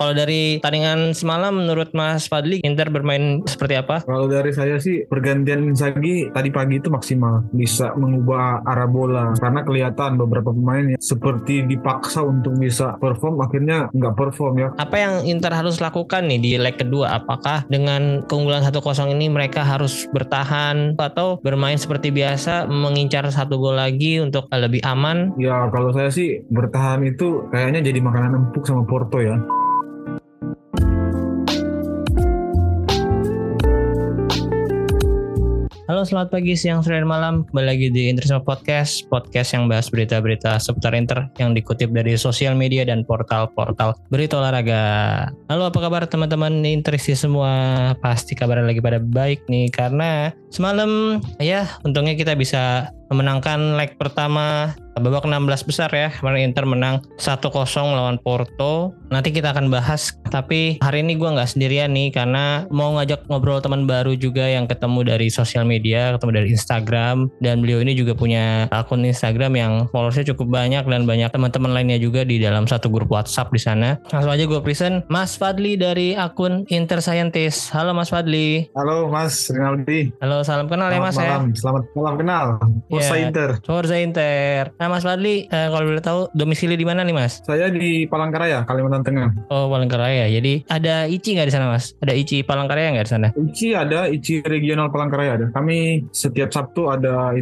Kalau dari pertandingan semalam menurut Mas Fadli, Inter bermain seperti apa? Kalau dari saya sih pergantian Inzaghi tadi pagi itu maksimal, bisa mengubah arah bola karena kelihatan beberapa pemain yang seperti dipaksa untuk bisa perform akhirnya nggak perform ya. Apa yang Inter harus lakukan nih di leg kedua? Apakah dengan keunggulan 1-0 ini mereka harus bertahan atau bermain seperti biasa mengincar 1 gol lagi untuk lebih aman? Ya kalau saya sih bertahan itu kayaknya jadi makanan empuk sama Porto ya. Halo, selamat pagi, siang, sore, dan malam. Kembali lagi di Interisme Podcast yang bahas berita-berita seputar Inter yang dikutip dari sosial media dan portal-portal berita olahraga. Halo, apa kabar teman-teman Interisi semua? Pasti kabarnya lagi pada baik nih, karena semalam ya untungnya kita bisa memenangkan leg pertama babak 16 besar ya. Kemarin Inter menang 1-0 melawan Porto. Nanti kita akan bahas. Tapi hari ini gue gak sendirian nih, karena mau ngajak ngobrol teman baru juga yang ketemu dari sosial media, ketemu dari Instagram. Dan beliau ini juga punya akun Instagram yang followersnya cukup banyak, dan banyak teman-teman lainnya juga di dalam satu grup WhatsApp di sana. Langsung aja gue present Mas Fadli dari akun Inter Scientist. Halo Mas Fadli. Halo Mas Rinaldi. Halo, salam kenal ya Mas malam. ya. Selamat malam kenal. Forza Inter. Forza Inter. Nah Mas Fadli, kalau boleh tahu domisili di mana nih Mas? Saya di Palangkaraya, Kalimantan Tengah. Oh, Palangkaraya. Jadi ada ICI nggak di sana Mas? Ada ICI Palangkaraya nggak di sana? ICI ada, ICI Regional Palangkaraya ada. Kami setiap Sabtu ada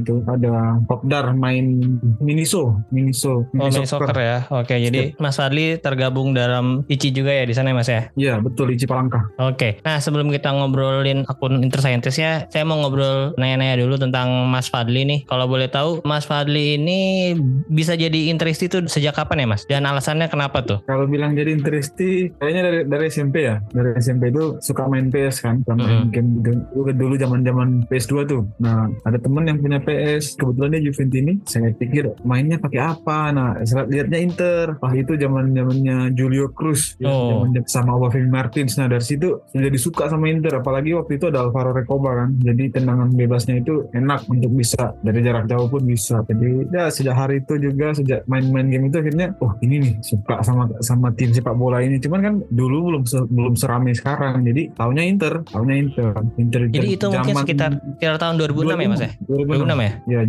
kopdar main miniso Mini soccer ya. Oke, jadi Mas Fadli tergabung dalam ICI juga ya di sana Mas ya? Iya betul, ICI Palangka. Oke. Nah sebelum kita ngobrolin akun Inter Scientist ya, saya mau ngobrol nanya-nanya dulu tentang Mas Fadli nih. Kalau boleh tahu, Mas Fadli ini bisa jadi Interisti itu sejak kapan ya Mas? Dan alasannya kenapa tuh? Kalau bilang jadi Interisti, kayaknya dari SMP ya. Dari SMP itu suka main PS kan, main game dulu zaman PS2 tuh. Nah ada temen yang punya PS, kebetulan dia Juventini. Saya pikir mainnya pakai apa? Nah lihatnya Inter. Itu zamannya Julio Cruz, sama Waving Martins. Nah dari situ jadi suka sama Inter. Apalagi waktu itu ada Alvaro Recoba kan. Jadi tendangan bebasnya itu enak untuk bisa dari jarak jauh pun bisa. Jadi ya sejak hari itu juga, sejak main-main game itu akhirnya ini nih suka sama tim sepak bola ini. Cuman kan dulu belum seramai sekarang. Jadi taunya Inter. Jadi itu mungkin sekitar tahun 2006 ya Mas ya? 2006 ya? Ya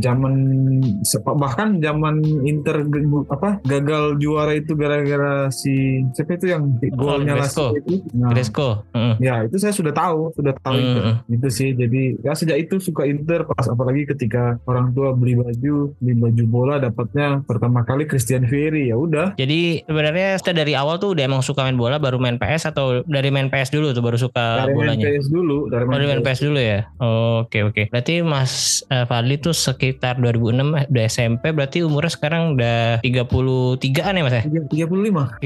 bahkan zaman Inter gagal juara itu gara-gara si siapa itu yang golnya Lazio itu. Gresco. Ya itu saya sudah tahu Inter. Itu sih. Jadi ya sejak itu suka Inter, pas apalagi ketika orang tua beli baju bola dapatnya pertama kali Christian Vieri, ya udah. Jadi sebenarnya setelah dari awal tuh udah emang suka main bola baru main PS, atau dari main PS dulu tuh baru suka bolanya? Dari main PS dulu ya. Oke. Berarti Mas Fadli tuh sekitar 2006 udah SMP, berarti umurnya sekarang udah 33-an ya Mas ya? 35.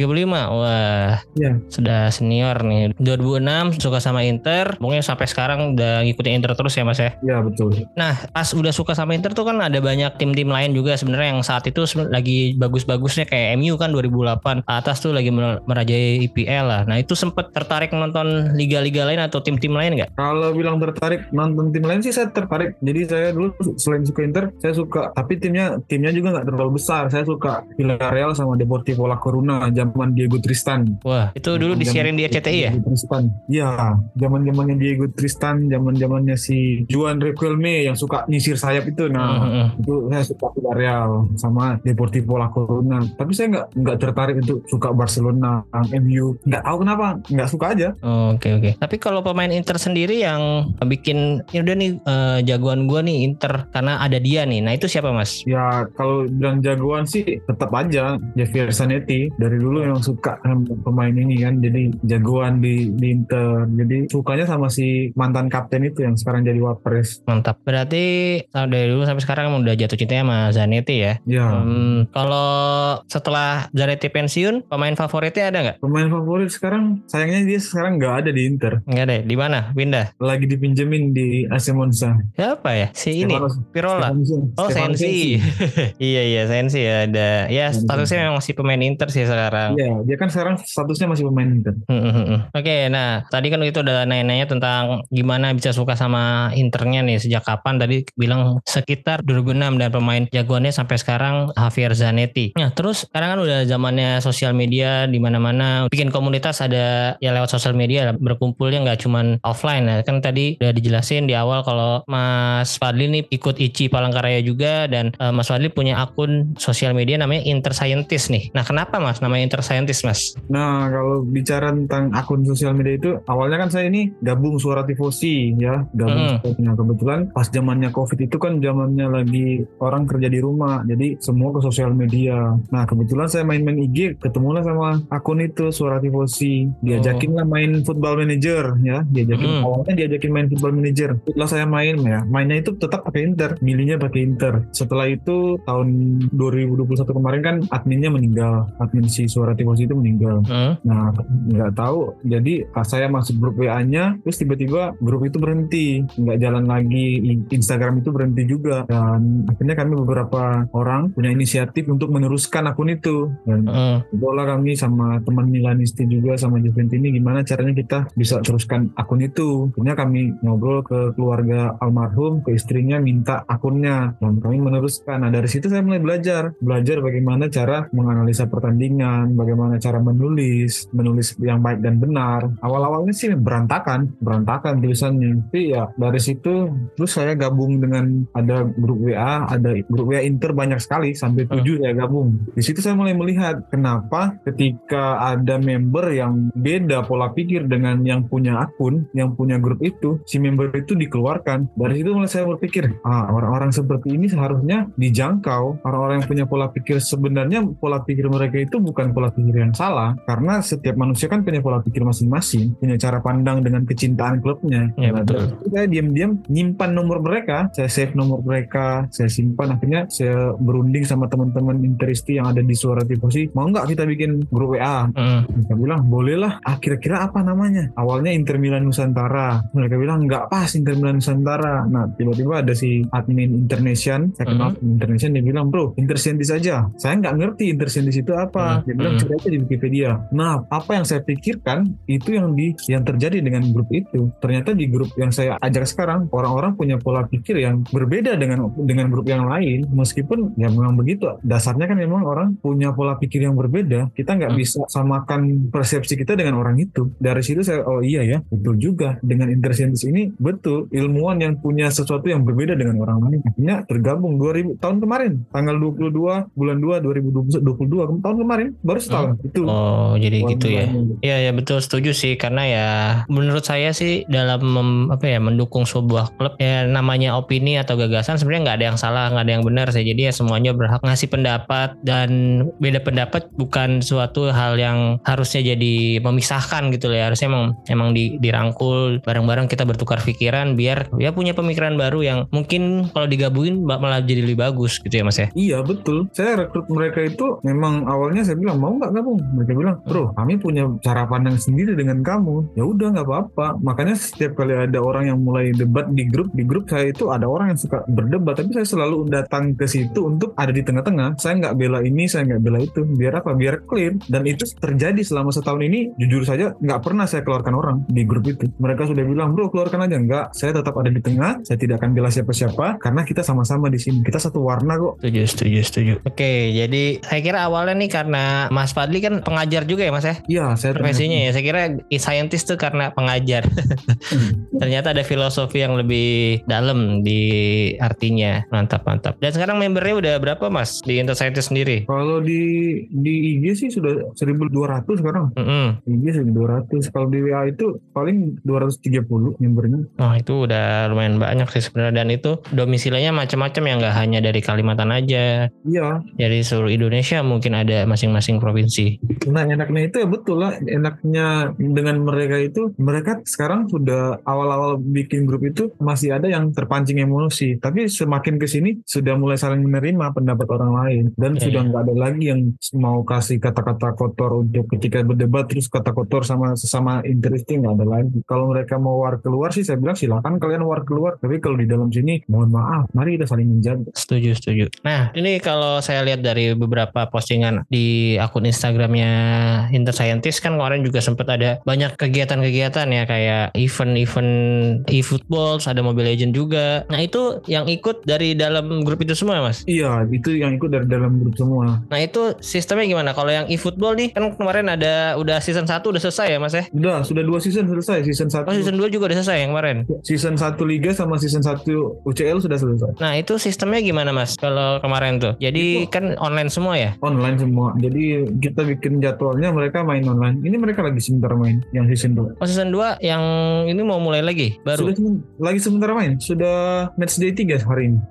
Wah. Ya. Sudah senior nih. 2006 suka sama Inter, mungkin sampai sekarang udah ngikutin Inter terus ya Mas ya? Ya betul. Nah pas udah suka sama Inter tuh kan ada banyak tim-tim lain juga sebenarnya yang saat itu lagi bagus-bagusnya, kayak MU kan 2008 atas tuh lagi merajai IPL lah. Nah itu sempet tertarik nonton liga-liga lain atau tim-tim lain nggak? Kalau bilang tertarik nonton tim lain sih saya tertarik. Jadi saya dulu selain suka Inter, saya suka, tapi timnya juga nggak terlalu besar. Saya suka Villarreal sama Deportivo La Coruna zaman Diego Tristan. Wah itu dulu disiarin di RCTI ya? Tristan. Iya, zaman-zamannya Diego Tristan, zaman-zamannya si Juan Riquelme yang suka nyisir sayap itu. Nah itu saya suka Villarreal sama Deportivo La Coruna. Tapi saya nggak tertarik untuk suka Barcelona, MU. Nggak tahu kenapa, nggak suka aja. Oke. Tapi kalau pemain Inter sendiri yang bikin ya udah nih jagoan gue nih Inter karena ada dia nih. Nah itu siapa Mas? Ya kalau bilang jagoan sih tetap aja Javier Zanetti. Dari dulu memang suka pemain ini kan, jadi jagoan di Inter. Jadi sukanya sama si mantan kapten itu yang sekarang jadi wapres. Mantap. Berarti dari dulu sampai sekarang udah jatuh cinta sama Zanetti ya? Ya. Kalau setelah Zanetti pensiun, pemain favoritnya ada nggak? Pemain favorit sekarang, sayangnya dia sekarang nggak ada di Inter. Nggak ada. Di mana? Pindah? Lagi dipinjemin di AC Monza. Siapa ya? Si ini? Pirola. Sensi. Iya Sensi ya. Ada. Ya statusnya memang masih pemain Inter sih sekarang. Iya, dia kan sekarang statusnya masih pemain Inter. Oke, nah tadi kan itu udah nanya-nanya tentang gimana bisa suka sama Internya nih, sejak kapan? Tadi bilang sekitar 2006 dan pemain jagoannya sampai sampai sekarang Javier Zanetti. Nah, terus sekarang kan udah zamannya sosial media, di mana-mana bikin komunitas ada ya lewat sosial media, berkumpulnya nggak cuman offline ya. Kan tadi udah dijelasin di awal kalau Mas Fadli nih ikut ICI Palangkaraya juga, dan Mas Fadli punya akun sosial media namanya Interscientist nih. Nah, kenapa Mas namanya Interscientist, Mas? Nah, kalau bicara tentang akun sosial media itu, awalnya kan saya ini gabung Suara Tifosi ya, gabung. Nah, kebetulan pas zamannya COVID itu kan zamannya lagi orang kerja di rumah, jadi semua ke sosial media. Nah, kebetulan saya main-main IG, ketemulah sama akun itu Suara Tifosi. Diajakin lah main Football Manager ya, awalnya diajakin main Football Manager. Setelah saya main ya, mainnya itu tetap pakai Inter, milihnya pakai Inter. Setelah itu tahun 2021 kemarin kan adminnya meninggal, admin si Suara Tifosi itu meninggal. Nah, nggak tahu, jadi pas saya masuk grup WA-nya, terus tiba-tiba grup itu berhenti, nggak jalan lagi, Instagram itu berhenti juga, dan akhirnya kami beberapa orang punya inisiatif untuk meneruskan akun itu, dan itulah kami sama teman Milanisti juga sama Juventini gimana caranya kita bisa teruskan akun itu. Akhirnya kami ngobrol ke keluarga almarhum, ke istrinya minta akunnya, dan kami meneruskan. Nah, dari situ saya mulai belajar bagaimana cara menganalisa pertandingan, bagaimana cara menulis yang baik dan benar. Awal-awalnya sih berantakan tulisannya, tapi ya dari situ terus saya gabung dengan ada grup WA Inter banyak sekali, sampai 7 saya gabung. Di situ saya mulai melihat kenapa ketika ada member yang beda pola pikir dengan yang punya akun, yang punya grup itu, si member itu dikeluarkan. Dari situ mulai saya berpikir, orang-orang seperti ini seharusnya dijangkau. Orang-orang yang punya pola pikir, sebenarnya pola pikir mereka itu bukan pola pikir yang salah, karena setiap manusia kan punya pola pikir masing-masing, punya cara pandang dengan kecintaan klubnya. Ya, betul. Saya diam-diam nyimpan nomor mereka, saya save nomor mereka, saya simpan. Akhirnya saya berunding sama teman-teman Interisti yang ada di Suara Tifosi, mau nggak kita bikin grup WA? Mereka bilang bolehlah. Kira-kira apa namanya? Awalnya Inter Milan Nusantara. Mereka bilang nggak pas Inter Milan Nusantara. Nah, tiba-tiba ada si admin Internation, saya kenal Internation, dia bilang, bro, Interscientist aja. Saya nggak ngerti Interscientist itu apa. Dia bilang cari aja di Wikipedia. Nah, apa yang saya pikirkan itu yang terjadi dengan grup itu. Ternyata di grup yang saya ajak sekarang, orang-orang punya pola pikir yang berbeda dengan grup yang lain. Meskipun ya memang begitu, dasarnya kan memang orang punya pola pikir yang berbeda. Kita nggak bisa samakan persepsi kita dengan orang itu. Dari situ saya, oh iya ya, betul juga. Dengan Interscientist ini, betul, ilmuwan yang punya sesuatu yang berbeda dengan orang lain. Akhirnya tergabung tahun kemarin, tanggal 22 bulan 2 2022, tahun kemarin, baru setahun. Itu. Oh, jadi gitu ya. Iya, betul, setuju sih, karena ya menurut saya sih dalam mendukung sebuah klub ya, namanya opini atau gagasan sebenarnya nggak ada yang salah, nggak ada yang benar sih. Jadi ya semuanya berhak ngasih pendapat, dan beda pendapat bukan suatu hal yang harusnya jadi memisahkan gitu loh ya. Harusnya emang dirangkul bareng-bareng, kita bertukar pikiran biar ya punya pemikiran baru yang mungkin kalau digabungin malah jadi lebih bagus gitu ya, Mas ya. Iya, betul. Saya rekrut mereka itu memang awalnya saya bilang mau nggak gabung. Mereka bilang, bro, kami punya cara pandang sendiri dengan kamu. Ya udah, nggak apa-apa. Makanya setiap kali ada orang yang mulai debat di grup saya itu ada orang yang suka berdebat, tapi saya selalu datang ke situ untuk ada di tengah-tengah. Saya nggak bela ini, saya nggak bela itu. Biar apa? Biar clear. Dan itu terjadi selama setahun ini. Jujur saja nggak pernah saya keluarkan orang di grup itu. Mereka sudah bilang, bro, keluarkan aja. Nggak, saya tetap ada di tengah. Saya tidak akan bela siapa-siapa karena kita sama-sama di sini. Kita satu warna kok. Setuju. Oke, jadi saya kira awalnya nih karena Mas Fadli kan pengajar juga ya, Mas ya? Iya, saya profesinya ya. Saya kira scientist tuh karena pengajar. Ternyata ada filosofi yang lebih dalam di artinya. Mantap. Dan sekarang membernya udah berapa, Mas, di Interscientist sendiri? Kalau di IG sih sudah 1.200 sekarang. IG 1.200. Kalau di WA itu paling 230 membernya. Oh, itu udah lumayan banyak sih sebenarnya. Dan itu domisilinya macam-macam ya, nggak hanya dari Kalimantan aja. Iya. Dari seluruh Indonesia mungkin ada masing-masing provinsi. Nah, enaknya itu ya betul lah. Enaknya dengan mereka itu, mereka sekarang sudah awal-awal bikin grup itu masih ada yang terpancing emosi. Tapi semakin kesini sudah mulai saling menerima pendapat orang lain. Dan sudah nggak ada lagi yang mau kasih kata-kata kotor untuk ketika berdebat, terus kata kotor sama sesama Interisti, nggak ada lagi. Kalau mereka mau war keluar sih saya bilang silakan kalian war keluar. Tapi kalau di dalam sini mohon maaf, mari kita saling menjaga. Setuju. Nah, ini kalau saya lihat dari beberapa postingan di akun Instagramnya Interscientist kan kemarin juga sempat ada banyak kegiatan-kegiatan ya, kayak event e-football, ada Mobile Legends juga. Nah, itu yang ikut dari dalam grup itu semua, Mas? Mas? Iya, itu yang ikut dari dalam grup semua. Nah itu sistemnya gimana? Kalau yang eFootball nih kan kemarin udah season 1 udah selesai ya Mas ya? Sudah 2 season selesai. Season Oh 1 season 2 juga udah selesai yang kemarin? Season 1 Liga sama season 1 UCL sudah selesai. Nah itu sistemnya gimana Mas kalau kemarin tuh? Jadi kan online semua ya? Online semua. Jadi kita bikin jadwalnya, mereka main online. Ini mereka lagi sebentar main yang season 2. Oh season 2 yang ini mau mulai lagi baru? Lagi sebentar main. Sudah match day 3 hari ini.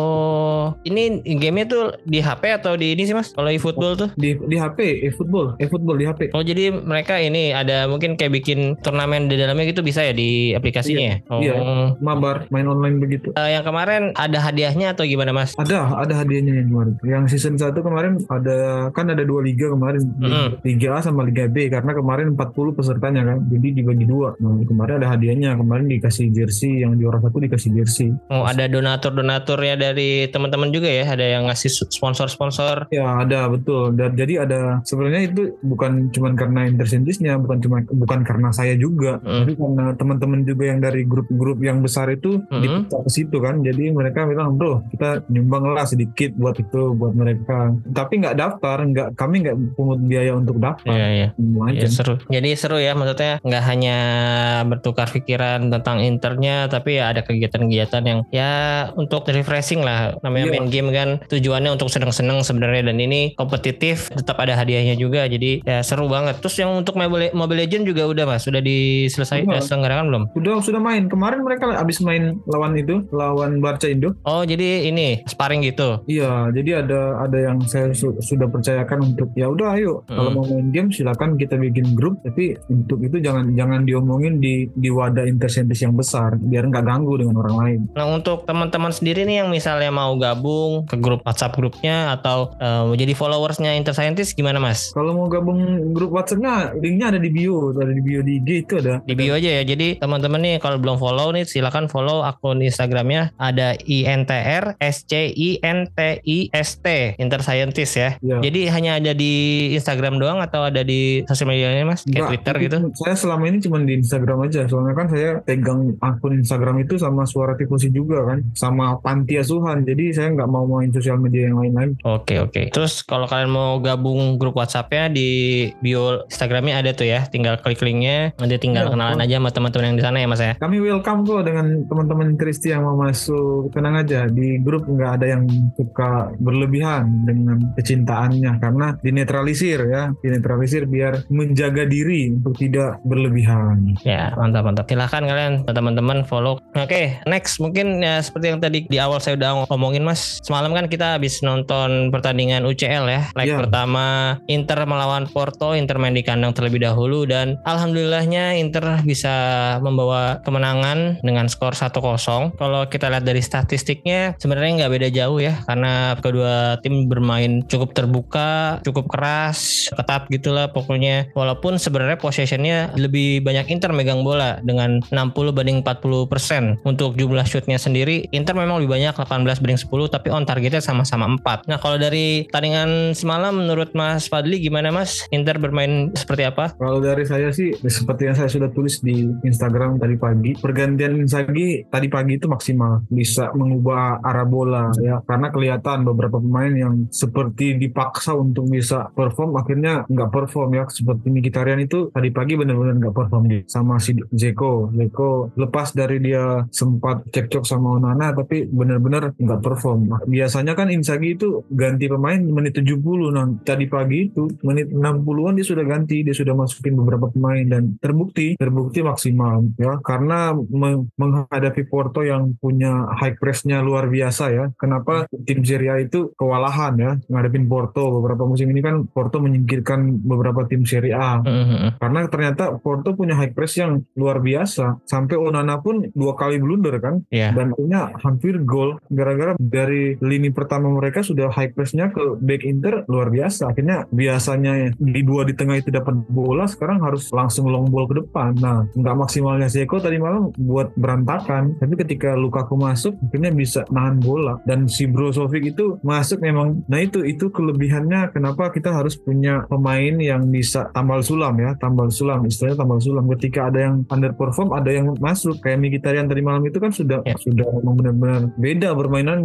Oh, ini gamenya tuh di HP atau di ini sih Mas? Kalau eFootball tuh? Di HP, eFootball di HP. Oh jadi mereka ini ada mungkin kayak bikin turnamen di dalamnya gitu bisa ya di aplikasinya ya? Oh. Iya, mabar main online begitu. Yang kemarin ada hadiahnya atau gimana Mas? Ada hadiahnya yang kemarin. Yang season 1 kemarin ada 2 liga kemarin. Liga A sama Liga B, karena kemarin 40 pesertanya kan. Jadi dibagi 2. Nah, kemarin ada hadiahnya. Kemarin dikasih jersey, yang juara 1 dikasih jersey. Oh, ada donatur-donaturnya dari teman-teman juga ya? Ada yang ngasih sponsor-sponsor? Ya, ada betul. Dan jadi ada, sebenarnya itu bukan cuma karena intersentisnya, bukan karena saya juga, tapi karena teman-teman juga yang dari grup-grup yang besar itu dipecat ke situ kan. Jadi mereka bilang, bro, kita nyumbang lah sedikit buat itu, buat mereka. Tapi nggak daftar, kami nggak pungut biaya untuk daftar. Iya. Ya, seru. Jadi seru ya, maksudnya nggak hanya bertukar pikiran tentang internya, tapi ya ada kegiatan-kegiatan yang ya untuk refreshing lah. Namanya main game kan tujuannya untuk seneng-seneng sebenarnya, dan ini kompetitif, tetap ada hadiahnya juga. Jadi ya seru banget. Terus yang untuk Mobile Legends juga udah Mas, sudah diselenggarakan belum? Sudah main. Kemarin mereka habis main lawan Barca Indo. Oh, jadi ini sparring gitu. Iya, jadi ada yang saya sudah percayakan untuk ya udah ayo kalau mau main game silakan kita bikin grup, tapi untuk itu jangan diomongin di wadah intersentis yang besar biar nggak ganggu dengan orang lain. Nah, untuk teman-teman sendiri nih yang misalnya mau gabung ke grup WhatsApp grupnya atau jadi followersnya Interscientist gimana Mas? Kalau mau gabung grup WhatsAppnya, linknya ada di bio di IG itu ada. Di bio aja ya. Jadi teman-teman nih kalau belum follow nih silakan follow akun Instagramnya, ada INTRSCINTIST Interscientist ya. Jadi hanya ada di Instagram doang atau ada di sosial medianya Mas? Kayak Twitter gitu? Saya selama ini cuma di Instagram aja. Soalnya kan saya pegang akun Instagram itu sama Suara Tifosi juga kan, sama Panti Asuhan. Jadi saya nggak mau main sosial media yang lain-lain. Oke. Terus kalau kalian mau gabung grup WhatsApp-nya, di bio Instagramnya ada tuh ya. Tinggal klik linknya, nanti tinggal kenalan aja sama teman-teman yang di sana ya Mas ya. Kami welcome kok dengan teman-teman Kristi yang mau masuk. Tenang aja, di grup nggak ada yang suka berlebihan dengan kecintaannya, karena dinetralisir biar menjaga diri untuk tidak berlebihan. Ya, mantap. Silahkan kalian teman-teman follow. Oke, next mungkin ya seperti yang tadi di awal saya udah ngomongin Mas. Semalam kan kita habis nonton pertandingan UCL ya. Pertama Inter melawan Porto. Inter main di kandang terlebih dahulu dan alhamdulillahnya Inter bisa membawa kemenangan dengan skor 1-0. Kalau kita lihat dari statistiknya sebenarnya nggak beda jauh ya, karena kedua tim bermain cukup terbuka, cukup keras, ketat gitulah pokoknya. Walaupun sebenarnya possessionnya lebih banyak Inter megang bola dengan 60-40%. Untuk jumlah shootnya sendiri Inter memang lebih banyak 18-10, tapi on targetnya sama-sama 4. Nah kalau dari pertandingan semalam menurut Mas Fadli gimana Mas? Inter bermain seperti apa? Kalau dari saya sih seperti yang saya sudah tulis di Instagram tadi pagi, pergantian Inzaghi tadi pagi itu maksimal, bisa mengubah arah bola ya, karena kelihatan beberapa pemain yang seperti dipaksa untuk bisa perform akhirnya nggak perform ya. Seperti Mkhitaryan itu tadi pagi benar-benar nggak perform sama si Dzeko lepas dari dia sempat cekcok sama Onana tapi benar-benar nggak perform. Biasanya kan Inzaghi itu ganti pemain menit 70, nah tadi pagi itu menit 60-an dia sudah ganti, dia sudah masukin beberapa pemain dan terbukti maksimal ya, karena menghadapi Porto yang punya high press-nya luar biasa ya. Kenapa tim Serie A itu kewalahan ya ngadepin Porto beberapa musim ini kan. Porto menyingkirkan beberapa tim Serie A karena ternyata Porto punya high press yang luar biasa, sampai Onana pun 2 kali blunder kan, dan akhirnya hampir gol gara-gara dari lini pertama mereka sudah high press-nya ke back Inter luar biasa. Akhirnya biasanya di 2 di tengah itu dapat bola, sekarang harus langsung long ball ke depan. Nah nggak maksimalnya Dzeko tadi malam buat berantakan, tapi ketika Lukaku masuk akhirnya bisa nahan bola, dan si Brozovic itu masuk memang. Nah itu kelebihannya kenapa kita harus punya pemain yang bisa tambal sulam. Istilahnya tambal sulam. Ketika ada yang underperform, ada yang masuk. Kayak Mkhitaryan tadi malam itu kan sudah memang benar-benar beda permainannya. Nah ketika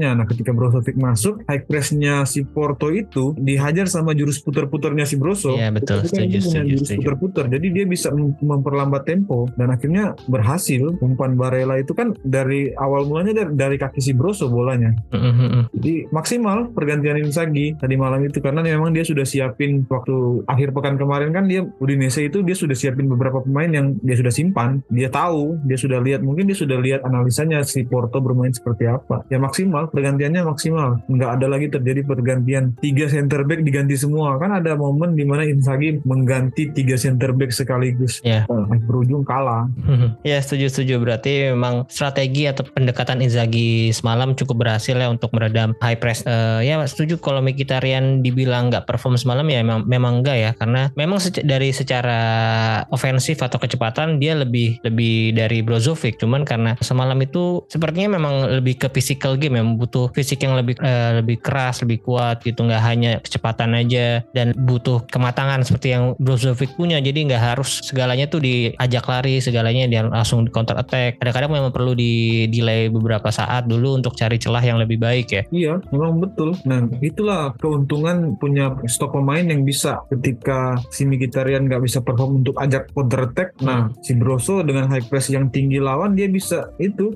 ketika Brozovic masuk, high press-nya si Porto itu dihajar sama jurus puter-puternya si Brozo. Iya betul, Kan dia punya jurus setuju. puter-puter, jadi dia bisa memperlambat tempo dan akhirnya berhasil. Umpan Barella itu kan dari awal mulanya dari kaki si Brozo bolanya. Jadi maksimal pergantian Inzaghi tadi malam itu karena memang dia sudah siapin waktu akhir pekan kemarin kan dia Udinese itu dia sudah siapin beberapa pemain yang dia sudah simpan. Dia tahu, dia sudah lihat, mungkin dia sudah lihat analisanya si Porto bermain seperti apa. Ya maksimal, pergantiannya maksimal. Nggak ada lagi terjadi pergantian 3 center back diganti semua. Kan ada momen di mana Inzaghi mengganti 3 center back sekaligus. Berujung kalah. Ya setuju. Berarti memang strategi atau pendekatan Inzaghi semalam cukup berhasil ya untuk meredam high press. Ya setuju kalau Mkhitaryan dibilang nggak perform semalam ya memang enggak ya. Karena memang dari secara ofensif atau kecepatan dia lebih dari Brozovic. Cuman karena semalam itu sepertinya memang lebih ke physical game ya, butuh fisik yang lebih keras, lebih kuat gitu, nggak hanya kecepatan aja dan butuh kematangan seperti yang Brozovic punya. Jadi nggak harus segalanya tuh diajak lari, segalanya dia langsung di counter attack. Kadang-kadang memang perlu di delay beberapa saat dulu untuk cari celah yang lebih baik ya. Iya, memang betul. Nah, itulah keuntungan punya stok pemain yang bisa ketika si Mkhitaryan nggak bisa perform untuk ajak counter attack. Nah, si Brozo dengan high press yang tinggi lawan dia bisa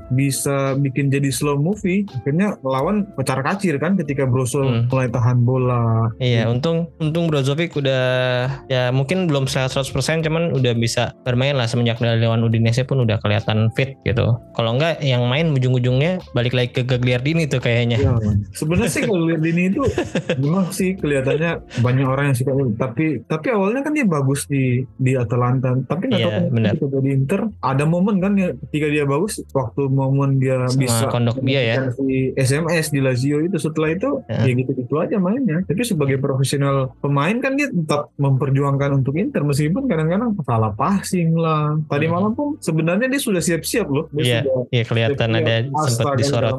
bikin jadi slow movie. Akhirnya lawan pecar kacir kan ketika Brozo mulai tahan bola. Iya, untung Brozovic udah ya mungkin belum 100% cuman udah bisa bermain lah semenjak dari lawan Udinese pun udah kelihatan fit gitu. Kalau enggak yang main ujung-ujungnya balik lagi ke Gagliardini tuh kayaknya. Ya, sebenarnya sih Gagliardini itu memang sih kelihatannya banyak orang yang suka, tapi awalnya kan dia bagus di Atalanta. Tapi nggak tahu ketika di Inter ada momen kan ya, ketika dia bagus waktu momen dia sama bisa Kondogbia ya si SMS di Lazio itu, setelah itu ya gitu-gitu aja mainnya. Tapi sebagai profesional pemain kan dia tetap memperjuangkan untuk Inter meskipun kadang-kadang salah passing lah. Tadi malam pun sebenarnya dia sudah siap-siap loh. Iya kelihatan ada sempat disorot.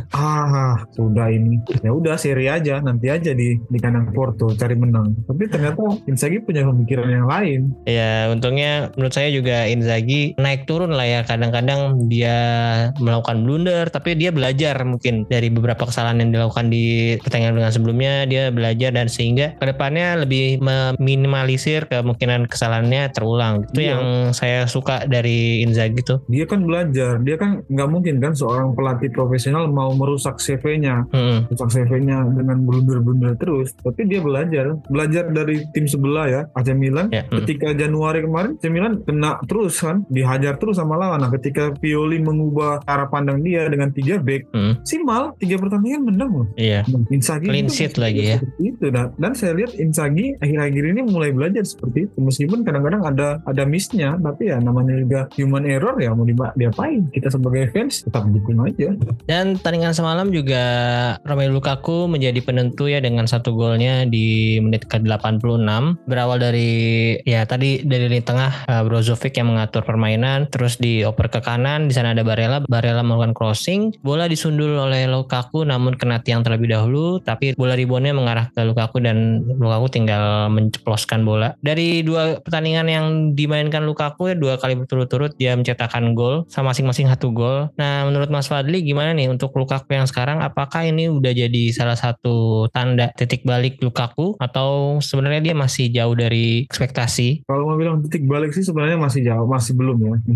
Sudah ini. Ya udah seri aja, nanti aja di kandang Porto cari menang. Tapi ternyata Inzaghi punya pemikiran yang lain. Ya untungnya menurut saya juga Inzaghi naik turun lah ya. Kadang-kadang dia melakukan blunder tapi dia belajar mungkin dari beberapa kesalahan yang dilakukan di pertandingan dengan sebelumnya. Dia belajar dan sehingga kedepannya lebih meminimalisir kemungkinan kesalahannya terulang. Itu yang saya suka dari Inzaghi tuh. Dia kan belajar, dia kan nggak mungkin kan seorang pelatih profesional mau merusak CV-nya, rusak CV-nya dengan blunder-blunder terus. Tapi dia belajar dari tim sebelah ya, AC Milan. Ketika Januari kemarin AC Milan kena terus kan, dihajar terus sama lawan. Nah, ketika Pioli mengubah cara pandang dia dengan 3 back, simal 3 pertandingan menang loh. Iya. Inzaghi clean sheet lagi ya. Itu. Dan saya lihat Inzaghi akhir-akhir ini mulai belajar seperti itu. Meskipun kadang-kadang ada miss-nya, tapi ya namanya juga human error ya, mau diapain. Kita sebagai fans tetap dukung aja. Dan pertandingan semalam juga Romelu Lukaku menjadi penentu ya dengan 1 golnya di menit ke-86. Berawal dari ya tadi dari lini tengah Brozovic yang mengatur permainan, terus dioper ke kanan, di sana ada Barella melakukan crossing, bola disundul oleh Lukaku namun kena tiang terlebih dahulu, tapi bola reboundnya mengarah ke Lukaku dan Lukaku tinggal menceploskan bola. Dari 2 pertandingan yang dimainkan Lukaku ya 2 kali berturut-turut dia mencetakkan gol sama masing-masing 1 gol. Nah menurut Mas Fadli gimana nih untuk Lukaku yang sekarang, apakah ini udah jadi salah satu tanda titik balik Lukaku atau sebenarnya dia masih jauh dari ekspektasi? Kalau mau bilang titik balik sih sebenarnya masih jauh, masih belum.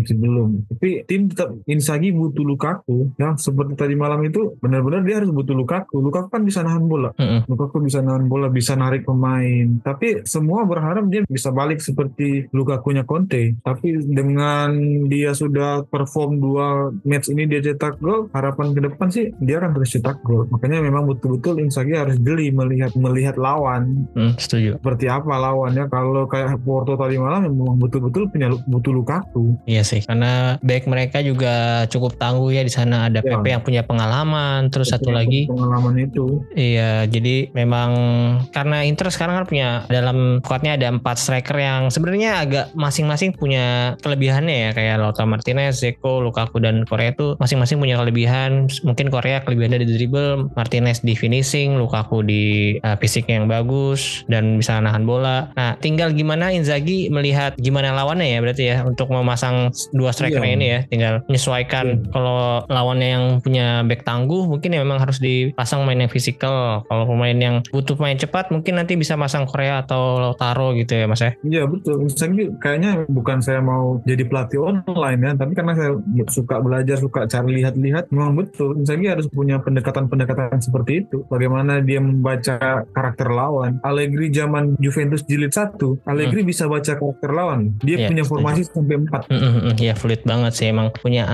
Tapi tim tetap Inzaghi butuh Lukaku ya, seperti tadi malam itu benar-benar dia harus butuh Lukaku. Lukaku kan bisa nahan bola. Lukaku bisa nahan bola, bisa narik pemain. Tapi semua berharap dia bisa balik seperti Lukakunya Conte. Tapi dengan dia sudah perform 2 match ini dia cetak gol, harapan ke depan sih dia akan terus cetak gol. Makanya memang betul-betul Inzaghi harus jeli melihat lawan. Setuju. Seperti apa lawannya. Kalau kayak Porto tadi malam memang betul-betul butuh Lukaku. Iya sih, karena back mereka juga cukup tangguh ya, di sana ada Pepe yang punya pengalaman, terus Pepe satu lagi pengalaman itu. Iya, jadi memang karena Inter sekarang kan punya dalam squadnya ada 4 striker yang sebenarnya agak masing-masing punya kelebihannya ya, kayak Lautaro Martinez, Dzeko, Lukaku dan Korea itu masing-masing punya kelebihan. Mungkin Korea kelebihannya di dribble, Martinez di finishing, Lukaku di fisiknya yang bagus dan bisa nahan bola. Nah, tinggal gimana Inzaghi melihat gimana lawannya ya berarti ya untuk memasang 2 striker ini ya, tinggal menyesuaikan. Kalau lawannya yang punya back tangguh mungkin ya memang harus dipasang pemain yang fisikal. Kalau pemain yang butuh pemain cepat mungkin nanti bisa pasang Korea atau Lautaro gitu ya Mas ya. Iya betul. Inzaghi kayaknya bukan saya mau jadi pelatih online ya, tapi karena saya suka belajar, suka cari lihat-lihat, memang betul Inzaghi harus punya pendekatan-pendekatan seperti itu. Bagaimana dia membaca karakter lawan. Allegri zaman Juventus jilid 1, Allegri bisa baca karakter lawan. Dia punya formasi sampai 4. Ya fluid banget sih, emang punya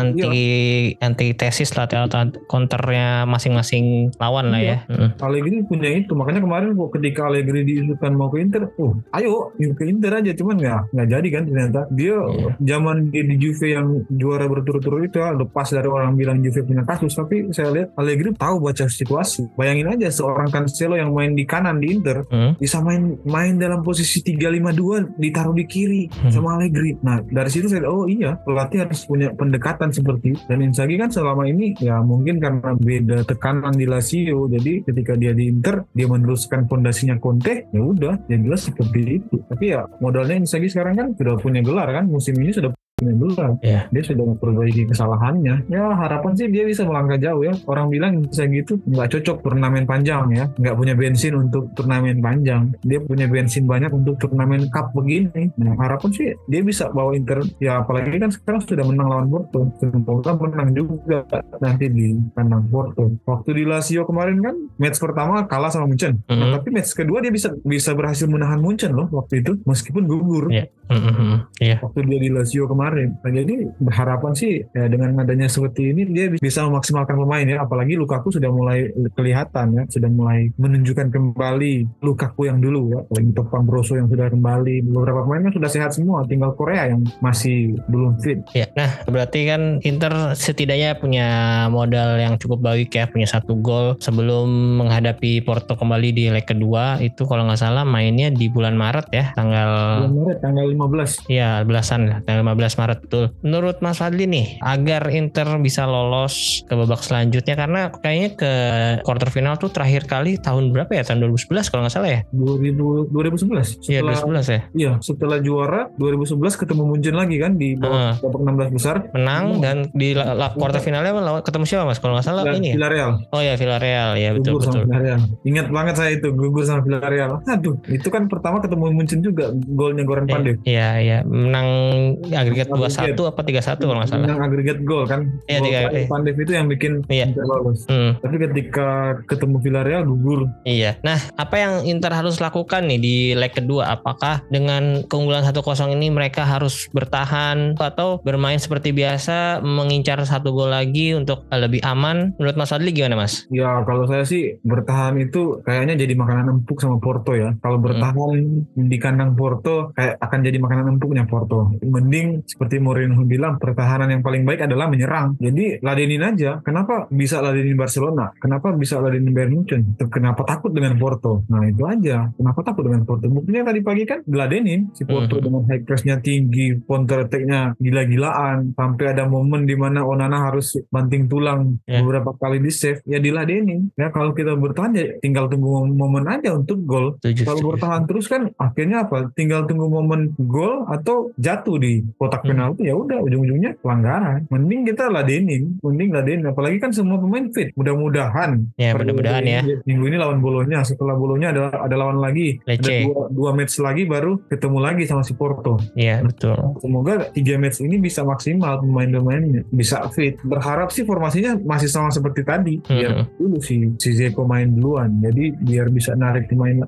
antitesis lah atau counternya masing-masing lawan lah ya. Allegri punya itu, makanya kemarin kok ketika Allegri diisukan mau ke Inter, ayo ke Inter aja, cuman nggak jadi kan ternyata. Dia zaman dia di Juve yang juara berturut-turut itu lepas dari orang bilang Juve punya kasus, tapi saya lihat Allegri tahu baca situasi. Bayangin aja seorang Cancelo yang main di kanan di Inter bisa main dalam posisi 3-5-2 ditaruh di kiri sama Allegri. Nah dari situ saya pelatih harus punya pendekatan seperti itu. Dan Inzaghi kan selama ini ya mungkin karena beda tekanan di Lazio, jadi ketika dia di Inter dia meneruskan fondasinya Conte, ya udah yang jelas seperti itu. Tapi ya modalnya Inzaghi sekarang kan sudah punya gelar kan, musim ini sudah punya. Dia sudah memperbaiki kesalahannya. Ya harapan sih dia bisa melangkah jauh ya. Orang bilang bisa gitu nggak cocok turnamen panjang ya, nggak punya bensin untuk turnamen panjang. Dia punya bensin banyak untuk turnamen cup begini. Nah harapan sih dia bisa bawa Inter. Ya apalagi kan sekarang sudah menang lawan Porto. Semoga menang juga nanti di kandang Porto. Waktu di Lazio kemarin kan match pertama kalah sama Munchen. Nah, tapi match kedua dia bisa berhasil menahan Munchen loh waktu itu meskipun gugur. Waktu dia di Lazio kemarin. Nah, jadi berharapan sih ya, dengan adanya seperti ini dia bisa memaksimalkan pemain ya, apalagi Lukaku sudah mulai kelihatan ya, sudah mulai menunjukkan kembali Lukaku yang dulu ya, apalagi Topang Broso yang sudah kembali, beberapa pemain kan sudah sehat semua, tinggal Korea yang masih belum fit. Ya, nah berarti kan Inter setidaknya punya modal yang cukup baik ya, punya 1 gol sebelum menghadapi Porto kembali di leg kedua itu kalau nggak salah mainnya di bulan Maret ya, tanggal 15. Iya, belasan lah, tanggal 15 Maret betul. Menurut Mas Fadli nih, agar Inter bisa lolos ke babak selanjutnya, karena kayaknya ke quarter final tuh terakhir kali tahun berapa ya? Tahun 2011 kalau nggak salah ya? 2011. Iya 2011 ya? Iya, setelah juara 2011 ketemu Munchen lagi kan di babak 16 besar. Menang dan di quarter finalnya ketemu siapa Mas? Kalau nggak salah ini ya? Villarreal. Oh ya Villarreal, ya betul. Ingat banget saya itu gugur sama Villarreal. Aduh, itu kan pertama ketemu Munchen juga, golnya Goran Pandev. Iya, menang agregat 2-1 apa 3-1 kalau nggak salah. Menang agregat gol kan. Iya, Pandev itu yang bikin Inter lolos. Tapi ketika ketemu Villarreal gugur. Iya. Nah, apa yang Inter harus lakukan nih di leg kedua? Apakah dengan keunggulan 1-0 ini mereka harus bertahan atau bermain seperti biasa mengincar 1 gol lagi untuk lebih aman? Menurut Mas Adli gimana Mas? Ya kalau saya sih bertahan itu kayaknya jadi makanan empuk sama Porto ya. Kalau bertahan di kandang Porto kayak akan jadi makanan empuknya Porto. Mending seperti Mourinho bilang, pertahanan yang paling baik adalah menyerang. Jadi ladenin aja. Kenapa bisa ladenin Barcelona? Kenapa bisa ladenin Bayern Munchen? Kenapa takut dengan Porto? Nah itu aja. Kenapa takut dengan Porto? Buktinya tadi pagi kan diladenin si Porto dengan high pressnya tinggi, counter attack-nya gila-gilaan. Sampai ada momen di mana Onana harus banting tulang beberapa kali di save. Ya diladenin. Ya kalau kita bertahan ya tinggal tunggu momen aja untuk gol. Kalau bertahan terus kan akhirnya apa? Tinggal tunggu momen gol atau jatuh di kotak penalti, ya udah ujung-ujungnya pelanggaran. Mending kita ladenin, apalagi kan semua pemain fit. Mudah-mudahan ya minggu ini lawan Bolonya, setelah Bolonya ada lawan lagi, Lecce. Ada dua match lagi baru ketemu lagi sama si Porto. Iya betul. Semoga 3 match ini bisa maksimal pemain-pemainnya, bisa fit. Berharap sih formasinya masih sama seperti tadi, biar dulu si Dzeko main duluan, jadi biar bisa narik pemain.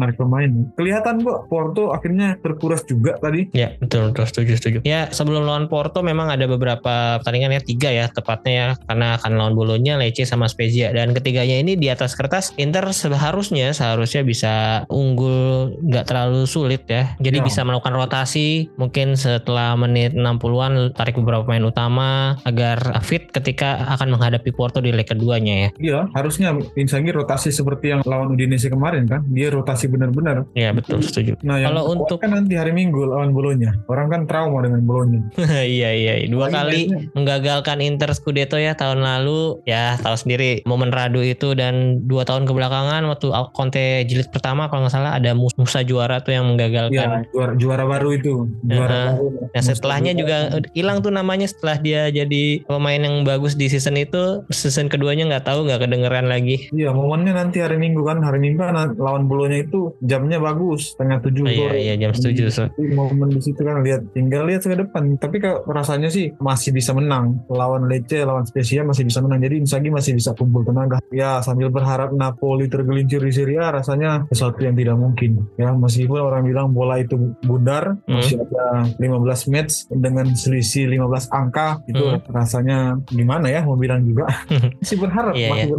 Kelihatan kok Porto akhirnya terkuras juga tadi. Ya betul setuju. Ya sebelum lawan Porto memang ada beberapa pertandingan ya, 3 ya tepatnya ya, karena akan lawan Bolonya, Lecce sama Spezia, dan ketiganya ini di atas kertas Inter seharusnya bisa unggul, nggak terlalu sulit ya, jadi bisa melakukan rotasi mungkin setelah menit 60-an, tarik beberapa pemain utama agar fit ketika akan menghadapi Porto di leg keduanya ya. Iya, harusnya Inzaghi rotasi seperti yang lawan Udinese kemarin kan, dia rotasi benar-benar. Iya betul, setuju. Nah yang kalau untuk kan nanti hari Minggu lawan Bolonya, orang kan trauma dengan bolonya. Iya. Dua kali menggagalkan Inter Scudetto ya tahun lalu. Ya tahu sendiri momen radu itu, dan 2 tahun kebelakangan waktu Conte jilid pertama kalau nggak salah ada Musa juara tuh yang menggagalkan. Iya, juara baru itu. Juara baru. Nah setelahnya juga hilang tuh namanya setelah dia jadi pemain yang bagus di season itu. Season keduanya nggak tahu, nggak kedengeran lagi. Iya, momennya nanti hari Minggu kan lawan bolonya itu jamnya bagus, setengah 7 sore. Iya jam 7 so. Momen di situ kan tinggal lihat ke depan. Tapi kalau rasanya sih masih bisa menang lawan Lecce, lawan Spezia masih bisa menang. Jadi Inzaghi masih bisa kumpul tenaga. Ya sambil berharap Napoli tergelincir di Serie A, rasanya sesuatu yang tidak mungkin. Ya meskipun orang bilang bola itu bundar, masih ada 15 match dengan selisih 15 angka, itu rasanya gimana ya mau bilang juga. Masih berharap,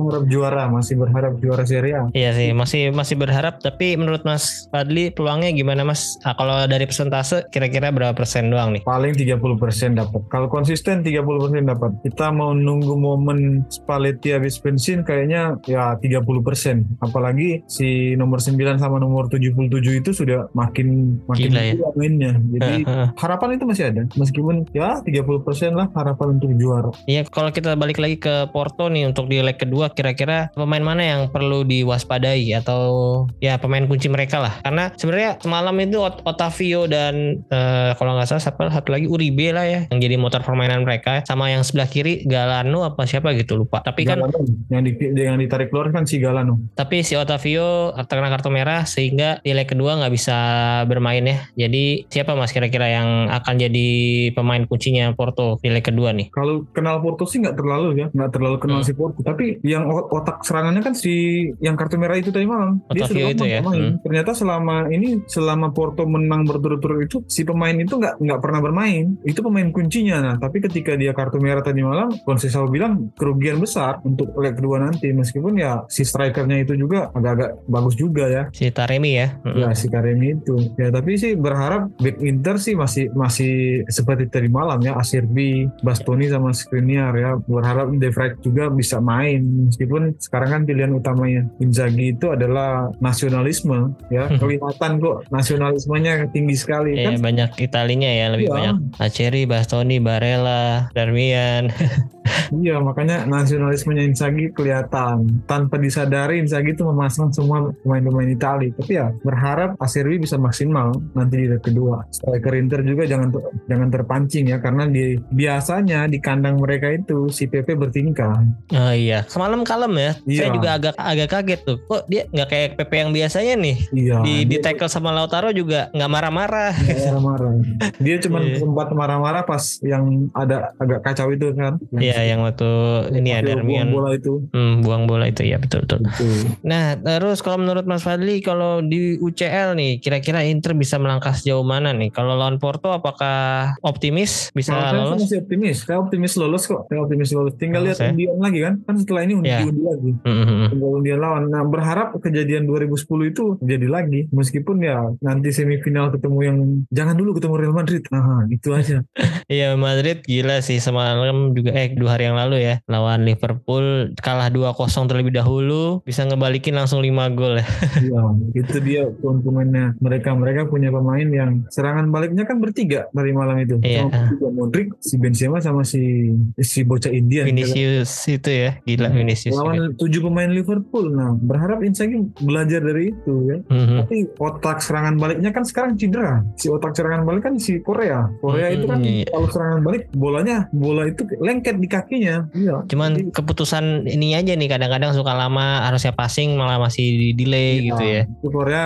masih berharap juara Serie A. Iya sih, masih berharap. Tapi menurut Mas Fadli peluangnya gimana Mas? Kalau dari persentase kira-kira berapa persen doang nih? Paling 30% dapat. Kalau konsisten 30% dapat. Kita mau nunggu momen Spalletti habis pensiun kayaknya ya 30%. Apalagi si nomor 9 sama nomor 77 itu sudah makin gila ya mainnya. Jadi harapan itu masih ada. Meskipun ya 30% lah harapan untuk juara. Iya, kalau kita balik lagi ke Porto nih untuk di leg kedua, kira-kira pemain mana yang perlu diwaspadai atau ya pemain kunci mereka lah? Karena sebenarnya semalam itu Otavio dan kalau nggak salah satu lagi Uribe lah ya yang jadi motor permainan mereka, sama yang sebelah kiri Galano apa siapa gitu lupa. Tapi Galano, kan yang ditarik keluar kan si Galano. Tapi si Otavio terkena kartu merah sehingga di leg kedua nggak bisa bermain ya. Jadi siapa Mas kira-kira yang akan jadi pemain kuncinya Porto di leg kedua nih? Kalau kenal Porto sih nggak terlalu kenal si Porto. Tapi yang otak serangannya kan si yang kartu merah itu tadi malam. Dia Otavio sudah itu ya. Ternyata selama Porto menang berturut-turut itu si pemain itu nggak pernah bermain. Itu pemain kuncinya. Nah, tapi ketika dia kartu merah tadi malam, Conceição bilang kerugian besar untuk leg kedua nanti. Meskipun ya si strikernya itu juga agak-agak bagus juga ya. Si Taremi ya. Ya si Taremi itu. Ya tapi sih berharap back Inter sih masih seperti tadi malam ya. Acerbi, Bastoni sama Skriniar ya. Berharap De Vrij juga bisa main. Meskipun sekarang kan pilihan utamanya Inzaghi itu adalah nasionalisme ya. Kelihatan kok nasionalismenya tinggi sekali kan. Banyak Italinya ya, lebih banyak Acerbi, Bastoni, Barella, Darmian. Iya, makanya nasionalismenya Inzaghi kelihatan. Tanpa disadari Inzaghi itu memasang semua pemain-pemain Italia. Tapi ya berharap Acerbi bisa maksimal nanti di leg kedua. Striker Inter juga jangan terpancing ya, karena biasanya di kandang mereka itu si Pepe bertingkah. Oh iya, semalam kalem ya. Iya. Saya juga agak kaget tuh. Kok dia nggak kayak Pepe yang biasanya nih? Iya. Di tackle sama Lautaro juga nggak marah-marah. Marah-marah. Dia cuma sempat marah-marah pas yang ada agak kacau itu kan. Iya, yang waktu ini ada Darmian buang bola itu. Buang bola itu ya, betul. Nah, terus kalau menurut Mas Fadli, kalau di UCL nih, kira-kira Inter bisa melangkah sejauh mana nih? Kalau lawan Porto, apakah optimis bisa lolos? Saya masih optimis. Saya optimis lolos kok. Tinggal lihat undian lagi kan. Kan setelah ini undi lagi. Tinggal undian lawan. Nah, berharap kejadian 2010 itu jadi lagi. Meskipun ya nanti semifinal ketemu yang jangan dulu ketemu Real Madrid. Nah, itu aja. Iya, Madrid gila sih semalam juga 2 hari yang lalu ya lawan Liverpool kalah 2-0 terlebih dahulu, bisa ngebalikin langsung 5 gol ya. Iya, itu dia keuntungannya. Mereka punya pemain yang serangan baliknya kan bertiga dari malam itu. Iya. Modric, si Benzema sama si bocah Indian. Vinicius itu ya, gila Vinicius. Lawan 7 pemain Liverpool. Nah, berharap Inzaghi belajar dari itu ya. Tapi otak serangan baliknya kan sekarang cedera. Si otak serangan balik kan si Korea itu kan kalau serangan balik bola itu lengket di kakinya. Iya. Cuman keputusan ini aja nih kadang-kadang suka lama, harusnya passing malah masih delay gitu ya. Itu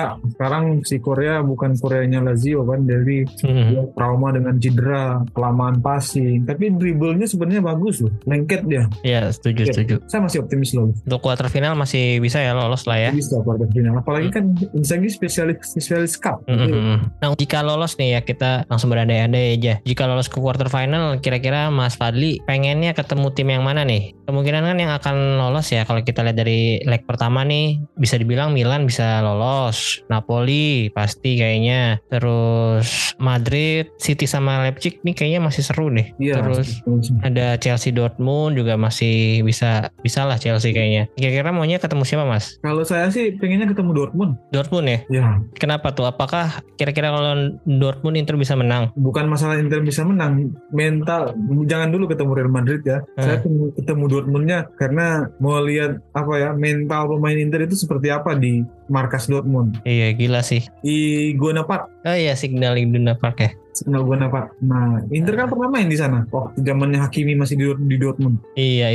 Korea bukan Koreanya Lazio kan, jadi dia trauma dengan cedera, kelamaan passing. Tapi dribblenya sebenarnya bagus loh, lengket dia. Iya, setuju. Saya masih optimis loh. Untuk quarter final masih bisa ya lolos lah ya. Bisa quarter final. Apalagi kan Inzaghi spesialis cup. Nah, jika lolos nih ya kita langsung berandai-andai aja. Jika lolos ke quarter final, kira-kira Mas Fadli pengennya ketemu tim yang mana nih? Kemungkinan kan yang akan lolos ya kalau kita lihat dari leg pertama nih bisa dibilang Milan bisa lolos, Napoli pasti kayaknya, terus Madrid, City sama Leipzig nih kayaknya masih seru deh. Iya, terus ada Chelsea Dortmund juga masih bisa lah Chelsea kayaknya. Kira-kira maunya ketemu siapa Mas? Kalau saya sih pengennya ketemu Dortmund ya? Ya. Kenapa tuh? Apakah kira-kira kalau Dortmund Inter bisa menang? bukan masalah Inter bisa menang, mental jangan dulu ketemu Real Madrid ya. Saya ketemu Dortmundnya karena mau lihat apa ya mental pemain Inter itu seperti apa di markas Dortmund. Iya gila sih. Di Iguana Park. Oh iya Signal Iduna Park ya. Iguana Park. Nah, Inter kan pernah main di sana. Waktu zamannya Hakimi masih di Dortmund. Iya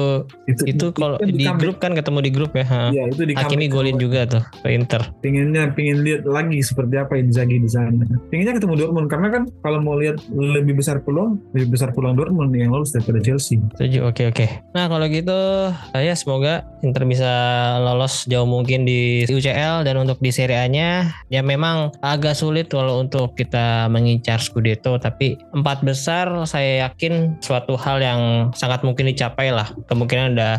itu kalau di grup kan ketemu di grup ya. Iya itu di Hakimi golin juga tuh ke Inter. Pengen lihat lagi seperti apa Inzaghi di sana. Pengennya ketemu Dortmund karena kan kalau mau lihat lebih besar peluang Dortmund yang lolos daripada Chelsea. Setuju. Oke. Nah kalau gitu saya semoga Inter bisa lolos jauh mungkin di UCL, dan untuk di Serie A-nya ya memang agak sulit kalau untuk kita mengincar Scudetto, tapi 4 besar saya yakin suatu hal yang sangat mungkin dicapai lah. Kemungkinan ada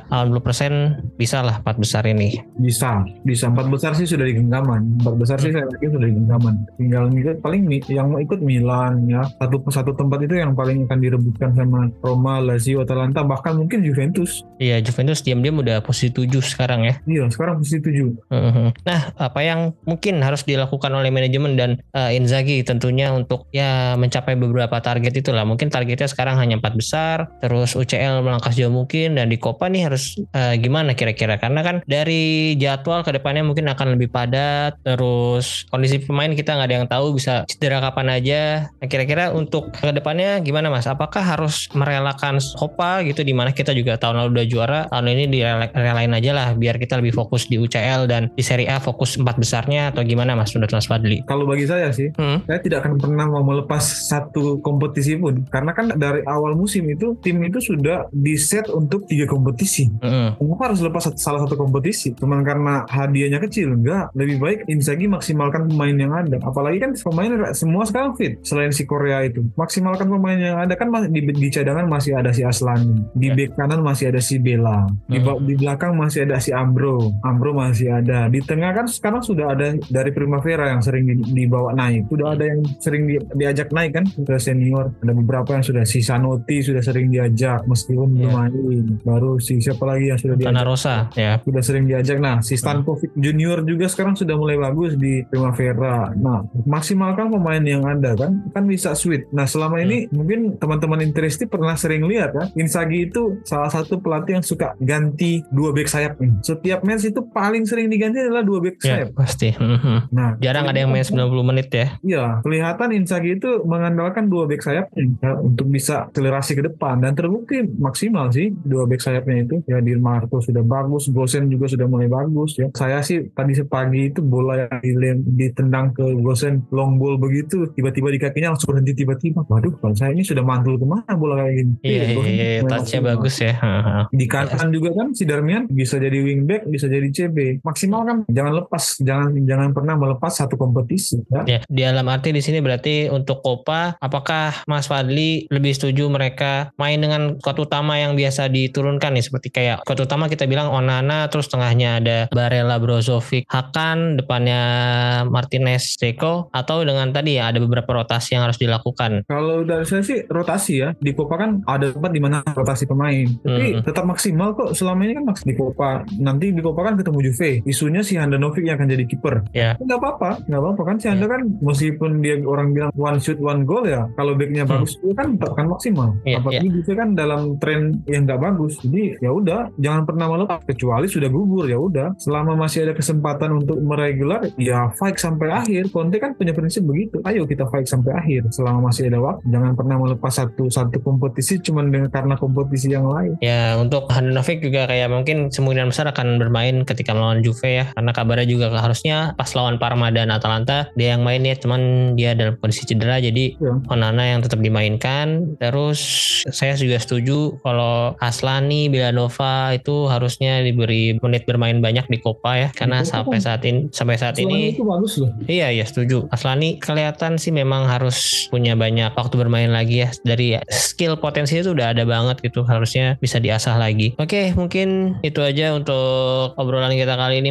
80% bisa lah 4 besar ini. Bisa 4 besar sih sudah di genggaman. 4 besar sih saya yakin sudah di genggaman. Tinggal paling yang mau ikut Milan ya. Satu tempat itu yang paling akan direbutkan sama Roma, Lazio, Atalanta, bahkan mungkin Juventus. Iya, Juventus diam-diam udah posisi 7 sekarang ya. Iya, sekarang posisi 7. Nah, apa yang mungkin harus dilakukan oleh manajemen dan Inzaghi tentunya untuk ya mencapai beberapa target itulah. Mungkin targetnya sekarang hanya 4 besar, terus UCL melangkah jauh mungkin, dan di Copa nih harus gimana kira-kira? Karena kan dari jadwal ke depannya mungkin akan lebih padat, terus kondisi pemain kita nggak ada yang tahu bisa cedera kapan aja. Nah, kira-kira untuk ke depannya gimana Mas? Apakah harus merelakan Copa gitu, dimana kita juga tahun lalu udah juara, tahun ini direlain aja lah biar kita lebih fokus di UCL dan di Serie A fokus 4 besarnya, atau gimana Mas menurut Mas Fadli? Kalau bagi saya sih, saya tidak akan pernah mau melepas satu kompetisi pun, karena kan dari awal musim itu tim itu sudah di set untuk 3 kompetisi. Kenapa harus lepas salah satu kompetisi? Cuman karena hadiahnya kecil? Enggak, lebih baik Inzaghi maksimalkan pemain yang ada. Apalagi kan pemain semua sekarang fit, selain si Korea itu. Maksimalkan pemain yang ada kan, di cadangan masih ada si Aslani, di bek kanan masih ada si Bella, di belakang masih ada si Ambro masih ada, di tengah kan sekarang sudah ada dari Primavera yang sering dibawa naik, sudah ada yang sering diajak naik kan ke senior, ada beberapa yang sudah, si Sanotti sudah sering diajak meskipun belum main, baru si siapa lagi yang sudah diajak, Tana Rosa ya, sudah sering diajak. Nah si Stankovic Junior juga sekarang sudah mulai bagus di Primavera. Nah maksimalkan pemain yang ada kan bisa sweet. Nah selama ini mungkin teman-teman Interesti pernah sering lihat ya, Inzaghi itu salah satu pelatih yang suka ganti 2 back sayap nih. Setiap match itu paling sering diganti adalah 2 back sayap. Ya, pasti. Nah, jarang ada yang main 90 menit ya. Iya, kelihatan Inzaghi itu mengandalkan 2 back sayapnya ya, untuk bisa akselerasi ke depan, dan terbukti maksimal sih 2 back sayapnya itu. Ya, Di Marco sudah bagus, Gosen juga sudah mulai bagus ya. Saya sih tadi pagi itu bola yang ditendang ke Gosen long ball begitu, tiba-tiba di kakinya langsung berhenti tiba-tiba. Waduh, kalau saya ini sudah mantul kemana bola kayak gini. Iya, touch-nya bagus ya. Di kanan juga kan si Darmian bisa jadi wingback, bisa jadi CB. Maksimal kan, jangan lepas, jangan pernah melepas satu kompetisi ya. Ya, di dalam arti di sini berarti untuk Copa, apakah Mas Fadli lebih setuju mereka main dengan skuad utama yang biasa diturunkan nih, seperti kayak skuad utama kita bilang Onana, terus tengahnya ada Barella, Brozovic, Hakan, depannya Martinez, Dzeko, atau dengan tadi ya ada beberapa rotasi yang harus dilakukan? Kalau dari saya sih rotasi ya. Di Copa kan ada tempat di mana rotasi pemain, tapi tetap maksimal kok. Selama ini kan di Copa, nanti di Copa kan ketemu Juve, isunya si Handanovic yang akan jadi kiper. Nggak apa-apa kan si Handa kan, meskipun dia orang bilang one shoot one goal ya, kalau backnya bagus itu kan tetap kan maksimal. Apalagi Juve kan dalam tren yang nggak bagus, jadi ya udah jangan pernah melepas, kecuali sudah gugur ya udah. Selama masih ada kesempatan untuk meregular ya fight sampai akhir. Conte kan punya prinsip begitu, ayo kita fight sampai akhir selama masih ada waktu. Jangan pernah melepas satu kompetisi cuman karena kompetisi yang lain. Ya, untuk Handanovic juga kayak mungkin kemungkinan besar akan bermain ketika melawan Juve ya, karena kabarnya juga harusnya pas lawan Parma dan Atalanta dia yang main ya, cuman dia dalam kondisi cedera, jadi Onana yang tetap dimainkan. Terus saya juga setuju kalau Aslani, Belanova itu harusnya diberi menit bermain banyak di Copa ya, karena sampai saat ini itu bagus loh. Iya setuju. Aslani kelihatan sih memang harus punya banyak waktu bermain lagi ya, dari skill potensi itu udah ada banget gitu, harusnya bisa diasah lagi. Oke, mungkin itu aja untuk obrolan kita kali ini Mas.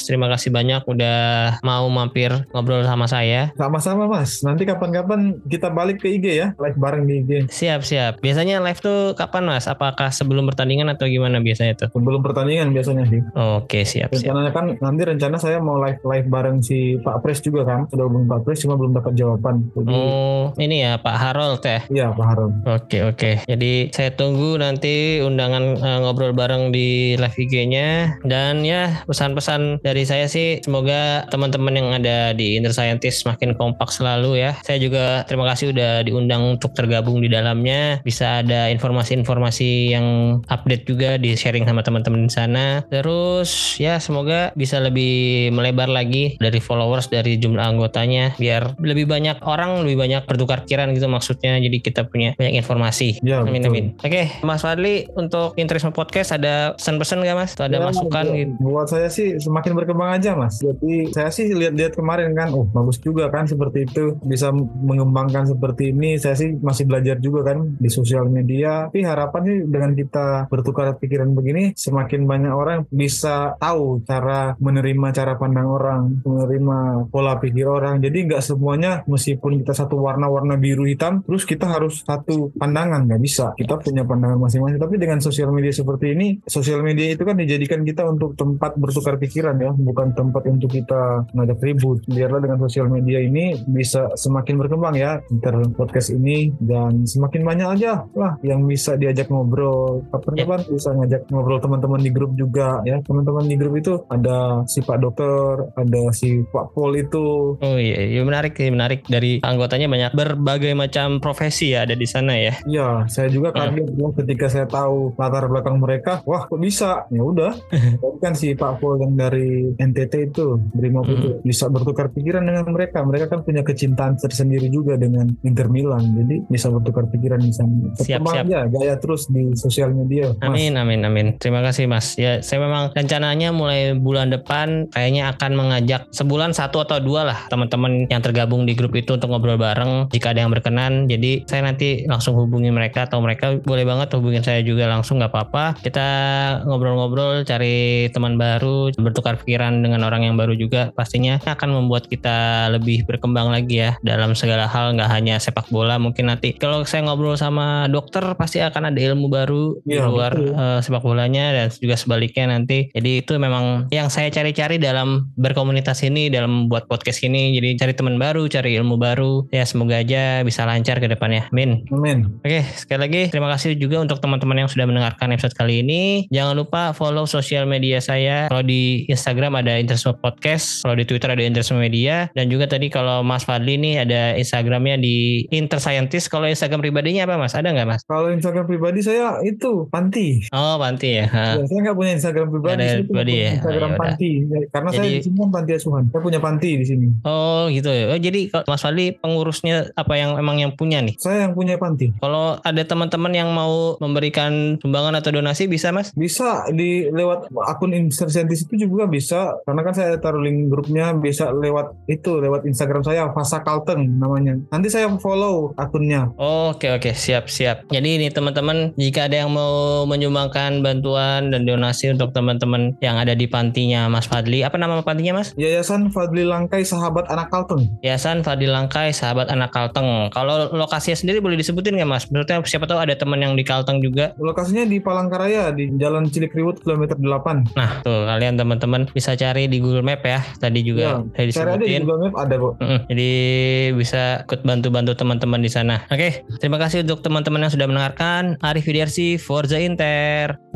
terima kasih banyak udah mau mampir ngobrol sama saya. Sama-sama Mas. Nanti kapan-kapan kita balik ke IG ya, live bareng di IG. Siap. Biasanya live tuh kapan Mas? Apakah sebelum pertandingan atau gimana biasanya tuh? Sebelum pertandingan biasanya sih. Oke, siap. Rencananya kan nanti rencana saya mau live bareng si Pak Pres juga kan. Sudah hubungi Pak Pres cuma belum dapat jawaban. Jadi, ini ya Pak Harold ya? Iya Pak Harold. Oke. Jadi saya tunggu nanti undangan ngobrol bareng di live IG-nya. Dan ya pesan-pesan dari saya sih semoga teman-teman yang ada di Inter Scientist makin kompak selalu ya. Saya juga terima kasih udah diundang untuk tergabung di dalamnya. Bisa ada informasi-informasi yang update juga di sharing sama teman-teman di sana. Terus ya semoga bisa lebih melebar lagi dari followers, dari jumlah anggotanya biar lebih banyak orang, lebih banyak bertukar pikiran gitu maksudnya. Jadi kita punya banyak informasi. Ya, Amin. Oke, Mas Fadli untuk Interisme Podcast ada pesan-pesan nggak Mas? Atau ada masukan gitu? Buat saya sih semakin berkembang aja Mas. Jadi saya sih lihat-lihat kemarin kan, bagus juga kan seperti itu, bisa mengembangkan seperti ini. Saya sih masih belajar juga kan di sosial media. Tapi harapannya dengan kita bertukar pikiran begini, semakin banyak orang bisa tahu cara menerima cara pandang orang, menerima pola pikir orang. Jadi nggak semuanya meskipun kita satu warna biru hitam, terus kita harus satu pandangan, nggak bisa. Kita punya pandangan masing-masing. Tapi dengan sosial media seperti ini, sosial media itu kan dijadikan kita untuk tempat bertukar pikiran ya, bukan tempat untuk kita ngajak ribut. Biarlah dengan sosial media ini bisa semakin berkembang ya, podcast ini, dan semakin banyak aja lah yang bisa diajak ngobrol. Kapan-kapan bisa ngajak ngobrol teman-teman di grup juga ya. Teman-teman di grup itu ada si Pak Dokter, ada si Pak Pol itu. Oh iya, menarik dari anggotanya banyak berbagai macam profesi ya ada di sana ya. Iya, saya juga kaget ya ketika saya tahu latar belakang mereka. Wah, kok bisa? Ya udah. Kan si Pak Pol yang dari NTT itu, Brimob itu bisa bertukar pikiran dengan mereka. Mereka kan punya kecintaan tersendiri juga dengan Inter Milan. Jadi bisa bertukar pikiran di sana. Siap. Aja, gaya terus di sosial media. Mas. Amin. Terima kasih Mas. Ya, saya memang rencananya mulai bulan depan kayaknya akan mengajak sebulan 1 atau 2 lah teman-teman yang tergabung di grup itu untuk ngobrol bareng jika ada yang berkenan. Jadi saya nanti langsung hubungi mereka atau mereka boleh banget hubungin saya juga langsung, nggak apa-apa. Kita ngobrol-ngobrol, cari teman baru, bertukar pikiran dengan orang yang baru juga. Pastinya akan membuat kita lebih berkembang lagi ya dalam segala hal, nggak hanya sepak bola. Mungkin nanti kalau saya ngobrol sama dokter pasti akan ada ilmu baru di luar sepak bolanya dan juga sebaliknya nanti. Jadi itu memang yang saya cari-cari dalam berkomunitas ini, dalam buat podcast ini. Jadi cari teman baru, cari ilmu baru. Ya semoga aja bisa lancar ke depannya. Amin. Oke, sekali lagi terima kasih juga untuk teman-teman yang sudah mendengarkan episode kali ini. Jangan lupa follow sosial media saya. Kalau di Instagram ada Interisme Podcast, kalau di Twitter ada Interisme Media, dan juga tadi kalau Mas Fadli nih ada Instagramnya di Inter Scientist. Kalau Instagram pribadinya apa Mas? Ada nggak Mas? Kalau Instagram pribadi saya itu Panti. Oh, Panti ya. Ya, saya nggak punya Instagram pribadi. Saya punya Instagram Panti. Karena jadi, saya di sini kan panti asuhan. Saya punya Panti di sini. Oh gitu ya. Oh jadi Mas Fadli pengurusnya apa yang emang yang punya nih? Saya yang punya Panti. Kalau ada teman-teman yang mau memberikan sumbangan atau donasi bisa Mas? Bisa lewat akun Inter Scientist itu juga bisa. Karena kan saya taruh link grupnya, bisa lewat Instagram saya, Fasa Kalteng namanya. Nanti saya follow akunnya. Oke, siap. Jadi ini teman-teman, jika ada yang mau menyumbangkan bantuan dan donasi untuk teman-teman yang ada di pantinya Mas Fadli, apa nama pantinya Mas? Yayasan Fadli Langkai Sahabat Anak Kalteng. Yayasan Fadli Langkai Sahabat Anak Kalteng. Kalau lokasinya sendiri boleh disebutin nggak Mas? Maksudnya siapa tahu ada teman yang di Kalteng juga. Lokasinya di Palangkaraya, di Jalan Cilikriwut kilometer 8. Nah tuh kalian teman-teman bisa cari di Google Map ya. Tadi juga saya disebutin. Di Google Map ada kok. Jadi bisa ikut bantu-bantu teman-teman di sana. Oke, terima kasih untuk teman-teman yang sudah mendengarkan. Arif Widiarsi, Forza Inter.